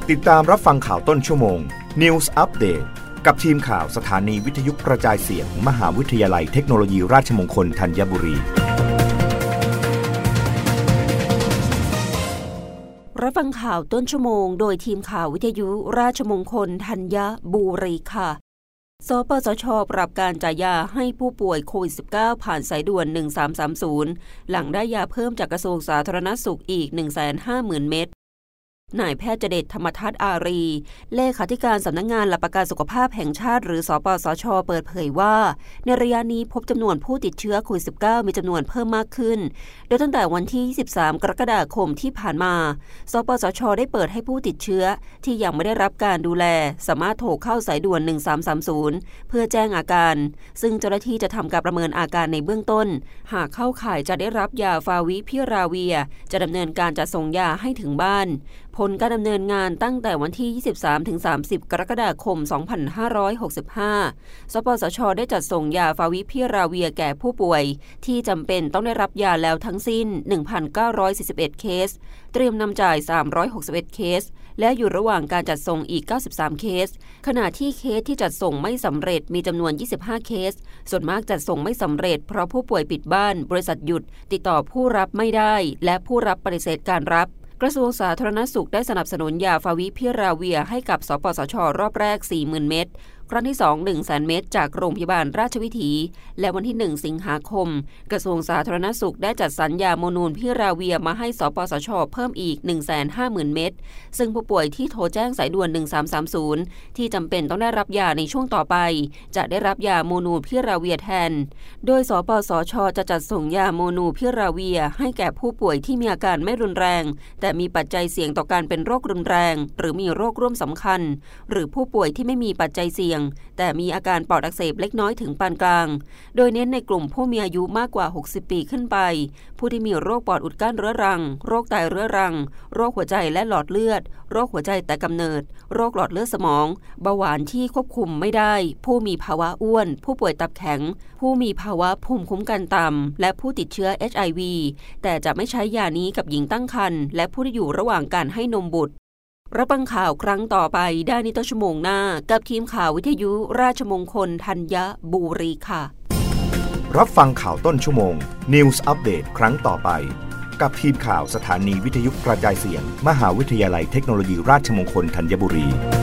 ติดตามรับฟังข่าวต้นชั่วโมง News Update กับทีมข่าวสถานีวิทยุกระจายเสียง มหาวิทยาลัยเทคโนโลยีราชมงคลธัญบุรีรับฟังข่าวต้นชั่วโมงโดยทีมข่าววิทยุราชมงคลธัญบุรีค่ะสปสช.ปรับการจ่ายยาให้ผู้ป่วยโควิด -19 ผ่านสายด่วน1330หลังได้ยาเพิ่มจากกระทรวงสาธารณสุขอีก 150,000 เม็ดนายแพทย์เจเดชธรรมทัศน์อารีเลขาธิการสำนักงานหลักประกันสุขภาพแห่งชาติหรือสปสช.เปิดเผยว่าในระยะนี้พบจำนวนผู้ติดเชื้อโควิด -19 มีจำนวนเพิ่มมากขึ้นโดยตั้งแต่วันที่23กรกฎาคมที่ผ่านมาสปสช.ได้เปิดให้ผู้ติดเชื้อที่ยังไม่ได้รับการดูแลสามารถโทรเข้าสายด่วน1330เพื่อแจ้งอาการซึ่งเจ้าหน้าที่จะทำการประเมินอาการในเบื้องต้นหากเข้าข่ายจะได้รับยาฟาวิพิราเวียจะดำเนินการจัดส่งยาให้ถึงบ้านผลการดำเนินงานตั้งแต่วันที่ 23-30 กรกฎาคม 2565 สปสช.ได้จัดส่งยาฟาวิพิราเวียแก่ผู้ป่วยที่จำเป็นต้องได้รับยาแล้วทั้งสิ้น 1,941 เคสเตรียมนำจ่าย 361 เคสและอยู่ระหว่างการจัดส่งอีก 93 เคสขณะที่เคสที่จัดส่งไม่สำเร็จมีจำนวน 25 เคสส่วนมากจัดส่งไม่สำเร็จเพราะผู้ป่วยปิดบ้านบริษัทหยุดติดต่อผู้รับไม่ได้และผู้รับปฏิเสธการรับกระทรวงสาธารณสุขได้สนับสนุนยาฟาวิพิราเวียให้กับสปสช.รอบแรก 40,000 เม็ดครั้งที่ 2 100,000 เม็ดจากโรงพยาบาลราชวิถีและวันที่ 1 สิงหาคมกระทรวงสาธารณสุขได้จัดสรรยาโมนูลพิราเวียมาให้สปสช.เพิ่มอีก 150,000 เม็ดซึ่งผู้ป่วยที่โทรแจ้งสายด่วน1330ที่จำเป็นต้องได้รับยาในช่วงต่อไปจะได้รับยาโมนูลพิราเวียแทนโดยสปสช.จะจัดส่งยาโมนูลพิราเวียให้แก่ผู้ป่วยที่มีอาการไม่รุนแรงแต่มีปัจจัยเสี่ยงต่อการเป็นโรครุนแรงหรือมีโรคร่วมสำคัญหรือผู้ป่วยที่ไม่มีปัจจัยเสี่ยงแต่มีอาการปอดอักเสบเล็กน้อยถึงปานกลางโดยเน้นในกลุ่มผู้มีอายุมากกว่า60ปีขึ้นไปผู้ที่มีโรคปอดอุดกั้นเรื้อรังโรคไตเรื้อรังโรคหัวใจและหลอดเลือดโรคหัวใจแต่กำเนิดโรคหลอดเลือดสมองเบาหวานที่ควบคุมไม่ได้ผู้มีภาวะอ้วนผู้ป่วยตับแข็งผู้มีภาวะภูมิคุ้มกันต่ำและผู้ติดเชื้อ HIV แต่จะไม่ใช้ยานี้กับหญิงตั้งครรภ์และผู้ที่อยู่ระหว่างการให้นมบุตรรับฟังข่าวครั้งต่อไปได้ในต้นชั่วโมงหน้ากับทีมข่าววิทยุราชมงคลธัญบุรีค่ะรับฟังข่าวต้นชั่วโมง News Update ครั้งต่อไปกับทีมข่าวสถานีวิทยุกระจายเสียง มหาวิทยาลัยเทคโนโลยีราชมงคลธัญบุรี